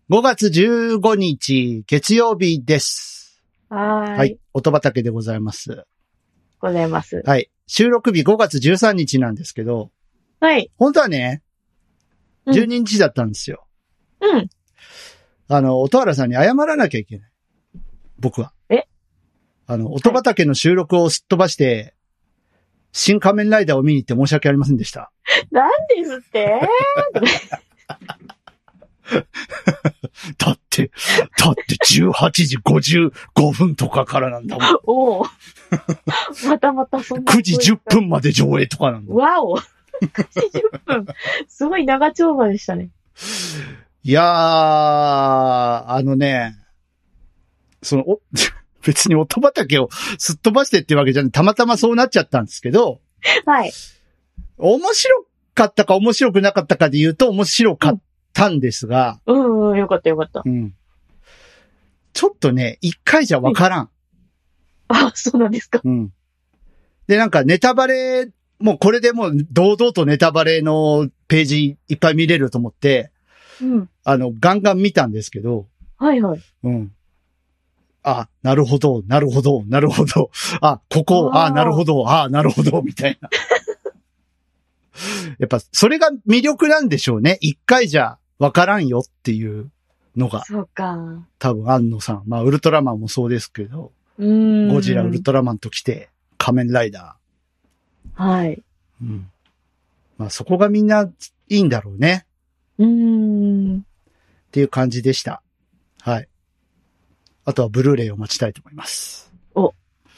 5月15日、月曜日です。はい。音畑でございます。 ございます。 はい。収録日5月13日なんですけど、 はい。 本当はね、12日だったんですよ。 うん。 音原さんに謝らなきゃいけない。僕は。音畑の収録をすっ飛ばして、新仮面ライダーを見に行って申し訳ありませんでした。 なんですってだって18時55分とかからなんだもん。 おお。またそんな。 9時10分まで上映とかなんだ。 わお。9時10分。すごい長丁場でしたね。 いやー、別に音畑をすっ飛ばしてってわけじゃない。たまたまそうなっちゃったんですけど。 はい。 面白かったか面白くなかったかで言うと面白かったんですが。 よかった。 うん。ちょっとね、一回じゃわからん。 あ、そうなんですか。 うん。で、なんかネタバレ、もうこれでもう堂々とネタバレのページいっぱい見れると思って、 うん。 ガンガン見たんですけど。 はいはい。 うん。あ、なるほど。あ、ここ、なるほど、みたいな。やっぱ、それが魅力なんでしょうね。一回じゃわからんよっていうのが。 そうか。 多分、安野さん。まあ、ウルトラマンもそうですけど。ゴジラ、ウルトラマンと来て、仮面ライダー。はい。 うん。まあ、そこがみんないいんだろうね。っていう感じでした。はい。あとはブルーレイを待ちたいと思います。 お。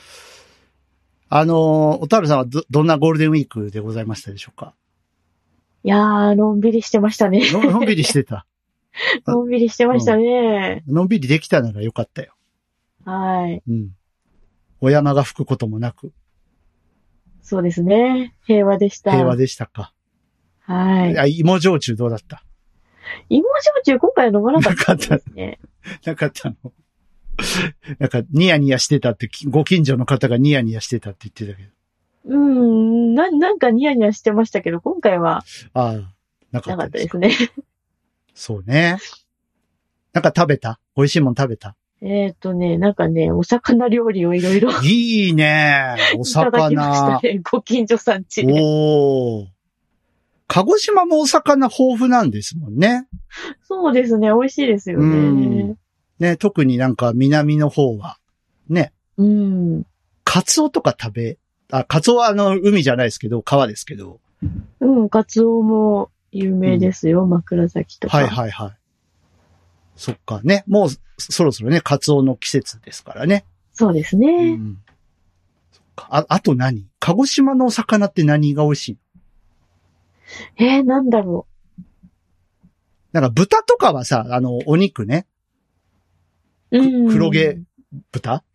おたるさんはどんなゴールデンウィークでございましたでしょうか？ いやー、のんびりしてましたね。 のんびりしてた。 のんびりしてましたね。 のんびりできたならよかったよ。 はい。 うん。お山が吹くこともなく。 そうですね。平和でした。 平和でしたか。 はい。 芋焼酎どうだった？ 芋焼酎今回は飲まなかったですね。 なかったの。なんか、ニヤニヤしてたって、ご近所の方がニヤニヤしてたって言ってたけど。 なんかニヤニヤしてましたけど、今回は。 なかったですね。 そうね。なんか美味しいもん食べた？ なんかね、お魚料理をいろいろ。 いいね。お魚。いただきましたね。 ご近所さん家で。 鹿児島もお魚豊富なんですもんね。 そうですね。美味しいですよね。 ね、特になんか南の方は。ね。カツオとかカツオは海じゃないですけど、川ですけど。 カツオも有名ですよ。枕崎とか。 はい。そっか。ね。もうそろそろね、カツオの季節ですからね。 そうですね。 そっか。あと何？鹿児島のお魚って何が美味しい？ なんだろう。なんか豚とかはさ、お肉ね。黒毛豚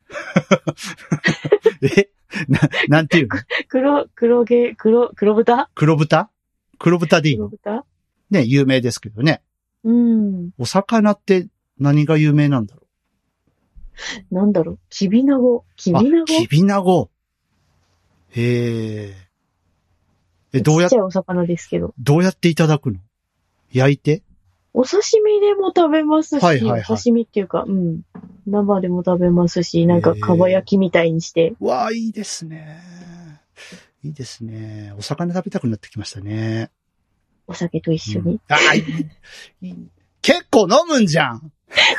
なんていうの？ 黒豚？ 黒豚でいいの？ね、有名ですけどね。お魚って何が有名なんだろう？なんだろう？きびなご。 きびなご。へえ。 ちっちゃいお魚ですけど。 どうやっていただくの？焼いて？ お刺身でも食べますし、お刺身っていうか、生でも食べますし、なんか、かば焼きみたいにして。 わあ、いいですね。いいですね。お魚食べたくなってきましたね。 お酒と一緒に。 いい。結構飲むんじゃん。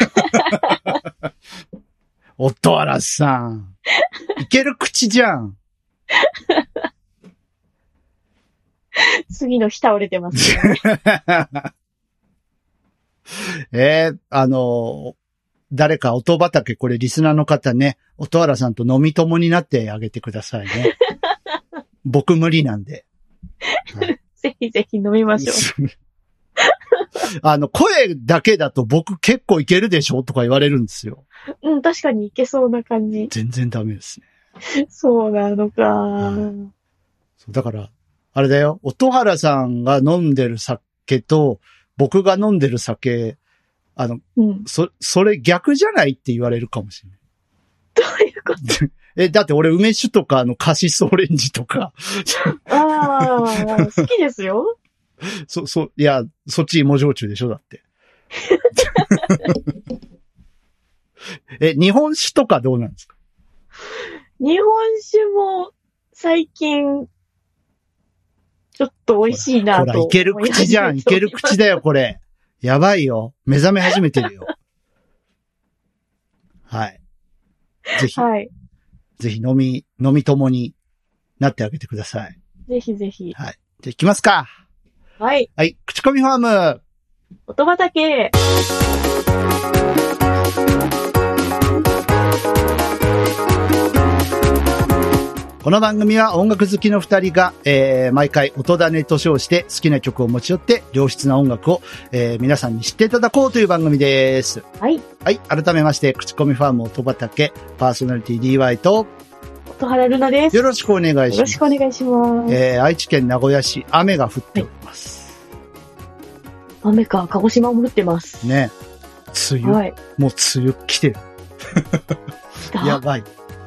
音原さん。いける口じゃん。 次の日倒れてますね。誰か音畑、これリスナーの方ね、音原さんと飲み友になってあげてくださいね。僕無理なんで。 ぜひぜひ飲みましょう。声だけだと僕結構いけるでしょとか言われるんですよ。 確かにいけそうな感じ。 全然ダメですね。そうなのか。 だから、あれだよ、音原さんが飲んでる酒と、僕が飲んでる酒、それ逆じゃないって言われるかもしれない。 どういうことだって俺梅酒とかカシスオレンジとか。 好きですよ。 いや、そっち芋焼酎でしょだって。 日本酒とかどうなんですか？ 日本酒も最近、ちょっと美味しいなと。 ほら、いける口じゃん。いける口だよ、これ。やばいよ。目覚め始めてるよ。はい。ぜひ。 はい。 ぜひ飲み友になってあげてください。 ぜひぜひ。 はい。じゃあ行きますか。 はい。 はい。口コミファーム。 音畑。 この番組は音楽好きの二人が、毎回音種と称して好きな曲を持ち寄って良質な音楽を、皆さんに知っていただこうという番組です。 はい。 はい。改めまして、口コミファーム音畑パーソナリティ DY と音原ルナです。 よろしくお願いします。 よろしくお願いします。 愛知県名古屋市、雨が降っております。 はい、雨か、鹿児島も降ってます。 ね。梅雨。 はい。 もう梅雨来てる。やばい。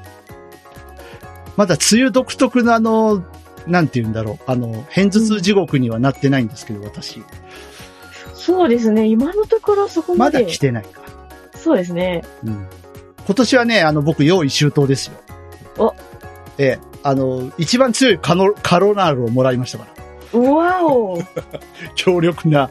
まだ梅雨独特のなんて言うんだろう。偏頭痛地獄にはなってないんですけど、私。 そうですね。今のところそこまで。 まだ来てないか。 そうですね。 うん。今年はね、僕、用意周到ですよ。 お。 一番強いカロナールをもらいましたから。 うわお。 強力な。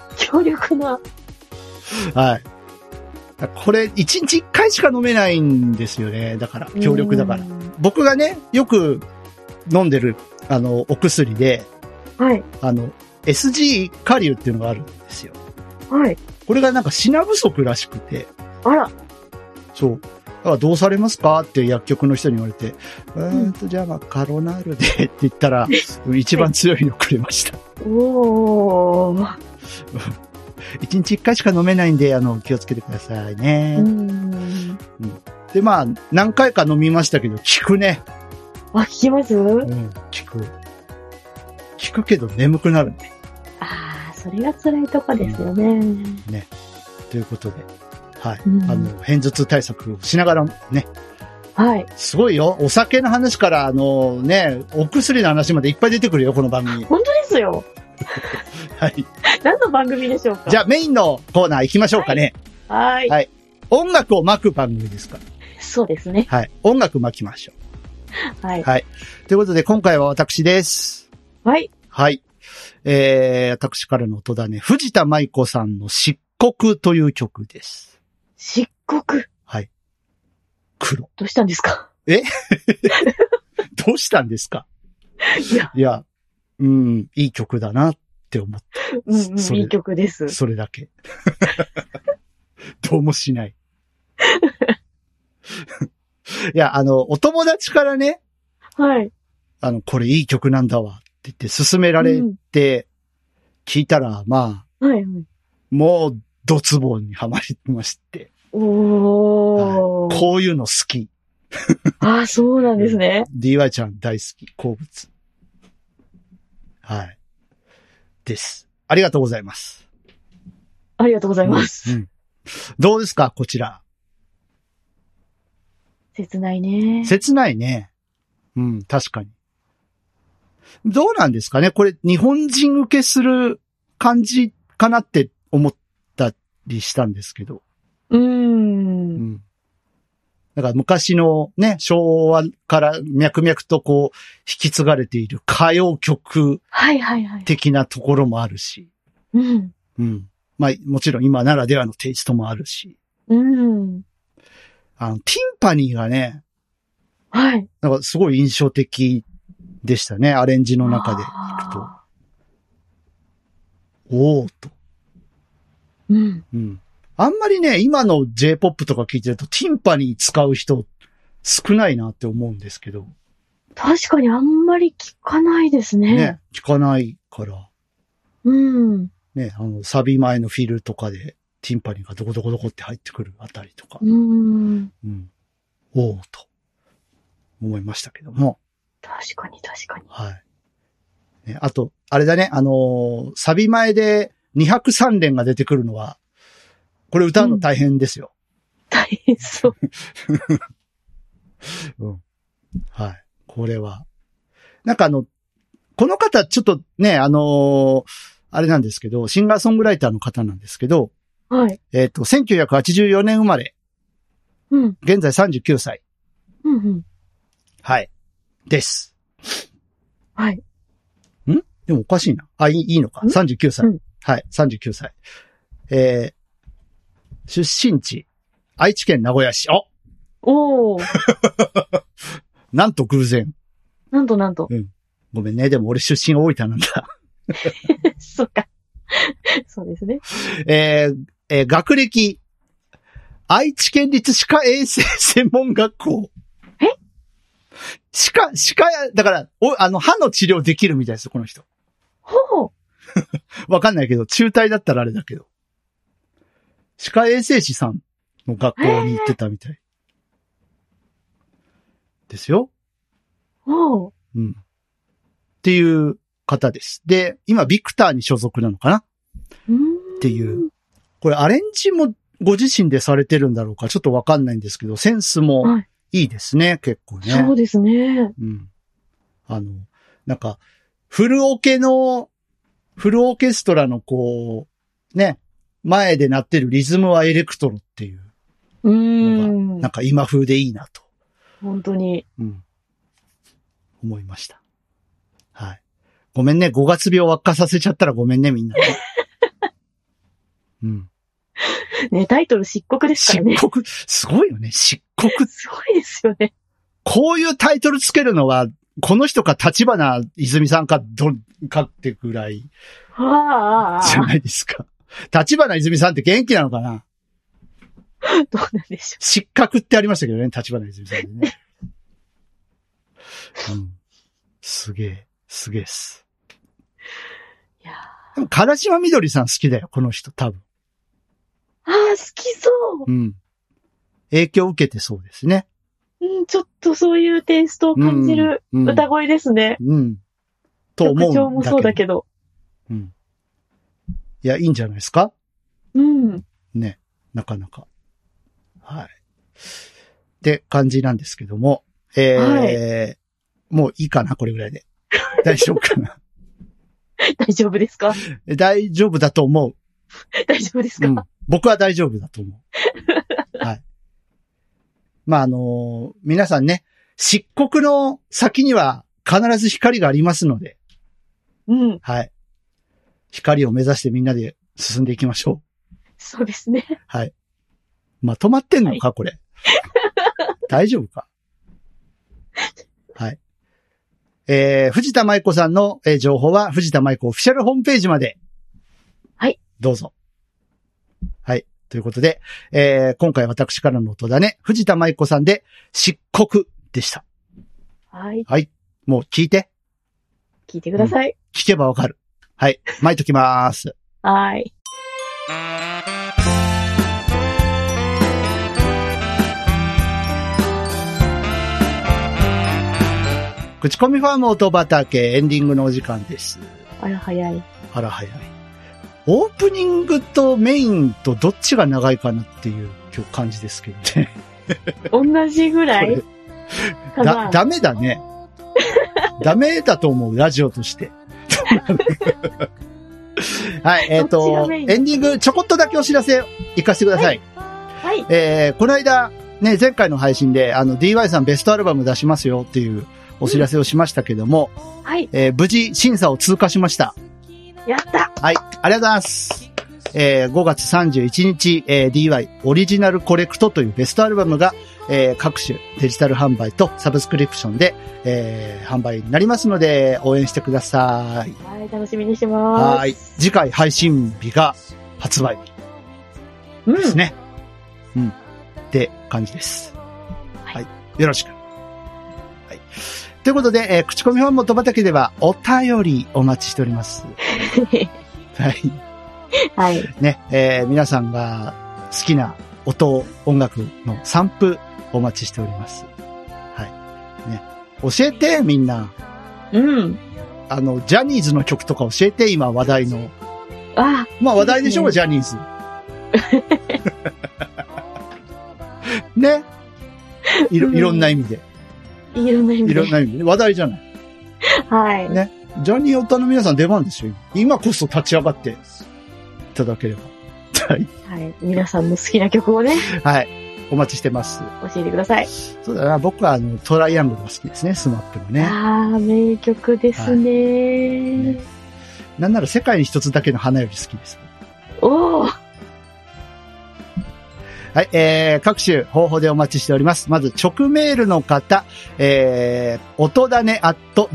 はい。これ、1日1回しか飲めないんですよね。だから、強力だから。僕がね、よく飲んでる、お薬で、 はい。 SG カリューっていうのがあるんですよ。 はい。 これがなんか品不足らしくて。 あら。 そう。だからどうされますかって薬局の人に言われて、じゃあまあカロナールでって言ったら、一番強いのくれました。 おー。 1日1回しか飲めないんで、気をつけてくださいね。うん。で、まあ、何回か飲みましたけど、効くね。 あ、効きます？うん、 効くけど眠くなるね。 ああ、それが辛いとこですよね。 ね。ということで、はい。偏頭痛対策をしながらね。 はい。 すごいよ。お酒の話から、ね、お薬の話までいっぱい出てくるよ、この番組。 本当ですよ。 はい。 何の番組でしょうか？ じゃあメインのコーナー行きましょうかね。 はい。 はい。音楽を巻く番組ですから。 そうですね。 はい。音楽巻きましょう。はい。 はい。ということで、今回は私です。 はい。 はい。私からの音だね。藤田舞子さんの漆黒という曲です。 漆黒。 はい。黒。 どうしたんですか？ どうしたんですか？いや、いい曲だなって思った。 いい曲です。 それだけ。どうもしない。いや、お友達からね。 はい。 これいい曲なんだわって言って勧められて、聞いたら、まあ、 はいはい。 もう、ドツボにはまりまして。 おー。 はい、こういうの好き。 ああ、そうなんですね。 DY ちゃん大好き、好物。はい。です。ありがとうございます。 ありがとうございます。 どうですか、こちら。 切ないね。 切ないね。確かに。どうなんですかね、これ、日本人受けする感じかなって思ったりしたんですけど。だから昔のね、昭和から脈々とこう、引き継がれている歌謡曲的なところもあるし。まあ、もちろん今ならではのテイストもあるし。ティンパニーがね、 はい。 なんかすごい印象的でしたね、アレンジの中でいくと。おーと。あんまりね、今の J-POP とか聞いてると、ティンパニー使う人少ないなって思うんですけど。 確かにあんまり聞かないですね。 ね、聞かないから。ね、サビ前のフィルとかで、ティンパニーがどこどこどこって入ってくるあたりとか。おーと、思いましたけども。 確かに。 はい。ね、あと、あれだね、サビ前で2拍3連が出てくるのは、これ歌うの大変ですよ。 大変そう。 はい。これは。なんかこの方ちょっとね、あれなんですけど、シンガーソングライターの方なんですけど、 はい。 1984年生まれ。 うん。 現在39歳。 うんうん。 はい。です。 はい。 でもおかしいな。いいのか。39歳。はい、39歳。出身地、愛知県名古屋市。 おー。 なんと偶然。 なんと。 うん。ごめんね。でも俺出身大分なんだ。 そっか。そうですね。 学歴、愛知県立歯科衛生専門学校。歯科、だから、歯の治療できるみたいですよ、この人。 ほう。 わかんないけど、中退だったらあれだけど。歯科衛生士さんの学校に行ってたみたい。ですよ。 ほう。 うん。っていう方です。で、今、ビクターに所属なのかなっていう。これ、アレンジもご自身でされてるんだろうか、ちょっとわかんないんですけど、センスもいいですね、結構ね。 そうですね。 うん。なんか、フルオケストラのこう、ね、前で鳴ってるリズムはエレクトロっていうのが、なんか今風でいいなと。 本当に。 うん。思いました。はい。ごめんね、5月病悪化させちゃったらごめんね、みんな、ね。うん。 ね、タイトル漆黒ですからね。 漆黒、すごいよね、漆黒。 すごいですよね。 こういうタイトルつけるのは、この人か立花泉さんかかってぐらい。じゃないですか。立花泉さんって元気なのかな？ どうなんでしょう。 失格ってありましたけどね、立花泉さんでね。うん。すげえっす。いやでも、唐島みどりさん好きだよ、この人、多分。 好きそう。 うん。影響を受けてそうですね。 ちょっとそういうテイストを感じる歌声ですね。と思うんだけど。曲調もそうだけど。 いや、いいんじゃないですか？ね、なかなか。はい。って感じなんですけども、もういいかな、これぐらいで。大丈夫かな。 大丈夫ですか？ 大丈夫だと思う。 大丈夫ですか？ 僕は大丈夫だと思う。はい。まあ、皆さんね、漆黒の先には必ず光がありますので。はい。光を目指してみんなで進んでいきましょう。 そうですね。 はい。まとまってんのか、これ。大丈夫か。はい。藤田舞子さんの情報は藤田舞子オフィシャルホームページまで。 はい。 どうぞ。はい。ということで、今回私からの音だね、藤田舞子さんで漆黒でした。 はい。 はい。もう聞いて。 聞いてください。 聞けばわかる。はい。巻いときまーす。 はい。 口コミファーム音畑エンディングのお時間です。 あら早い。 オープニングとメインとどっちが長いかなっていう今日感じですけどね。 同じぐらいダメだね。ダメだと思う、ラジオとして。はい、エンディングちょこっとだけお知らせ行かせてください。 はい。 この間、ね、前回の配信で、DY さんベストアルバム出しますよっていうお知らせをしましたけども、 はい。 無事審査を通過しました。 やったはい、ありがとうございます。5月31日、DY オリジナルコレクトというベストアルバムが、各種デジタル販売とサブスクリプションで、販売になりますので応援してください。 はい、楽しみにしてます。 はい。次回配信日が発売ですね。って感じです。はい。よろしく。はい。ということで、口コミファン元畑ではお便りお待ちしております。はい。 はい。 ね、皆さんが好きな音楽のサンプお待ちしております。はい。ね。教えて、みんな。ジャニーズの曲とか教えて、今話題の。まあ話題でしょう、ジャニーズ。ね。いろんな意味で。 いろんな意味で。話題じゃない。 はい。 ね。ジャニーオタの皆さん出番ですよ。今こそ立ち上がっていただければ。 はい。 はい。皆さんの好きな曲をね。 はい。お待ちしてます。 教えてください。 そうだな。僕はトライアングルが好きですね。スマップのね。 ああ、名曲ですね。ね。 なんなら世界に一つだけの花より好きです。 おー。 はい、各種方法でお待ちしております。まず、直メールの方、音だね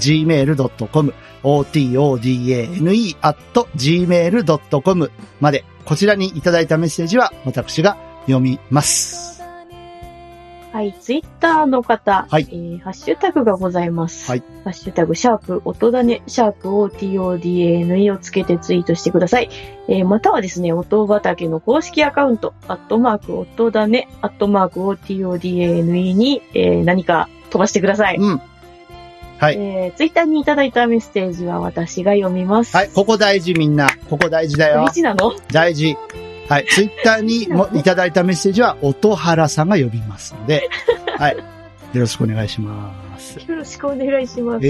@gmail.com、otodane@gmail.com まで、こちらにいただいたメッセージは、私が読みます。 はい、ツイッターの方、 はい、 ハッシュタグがございます。 はい。 ハッシュタグ、音だね、OTODANE をつけてツイートしてください。またはですね、音畑の公式アカウント、音だね、OTODANE に、何か飛ばしてください。 うん。はい。 ツイッターにいただいたメッセージは私が読みます。 はい、ここ大事みんな。ここ大事だよ。 大事なの？ 大事。はい。ツイッターにもいただいたメッセージは、音原さんが呼びますので、はい。よろしくお願いします。 よろしくお願いします。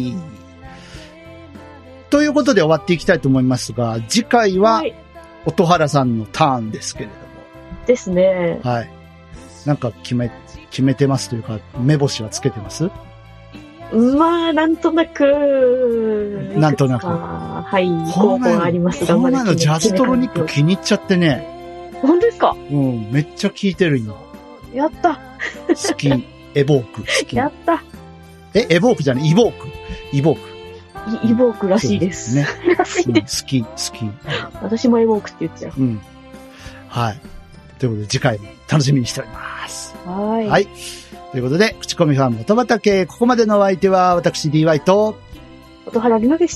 ということで終わっていきたいと思いますが、次回は、音原さんのターンですけれども。 ですね。 はい。なんか決めてますというか、目星はつけてます？ まあ、なんとなく。 なんとなく。 はい。候補がありますが、 この前のジャズトロニック気に入っちゃってね。 本当ですか？ うん、めっちゃ聴いてる今。 やった。 好き。エボーク。好き。 やった。 エボークじゃない、イボーク。イボーク。 イボークらしいです。 ね。 らしいです。 好き。 私もエボークって言っちゃう。 うん。はい。ということで次回も楽しみにしております。 はい。 はい。ということで、口コミファン音畑、ここまでのお相手は私 DY と、 音原里奈でした。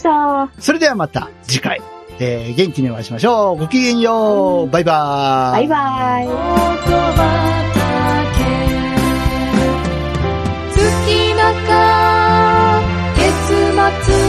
それではまた次回、元気にお会いしましょう。ごきげんよう。バイバーイ。 バイバイ。音畑、 月中、月末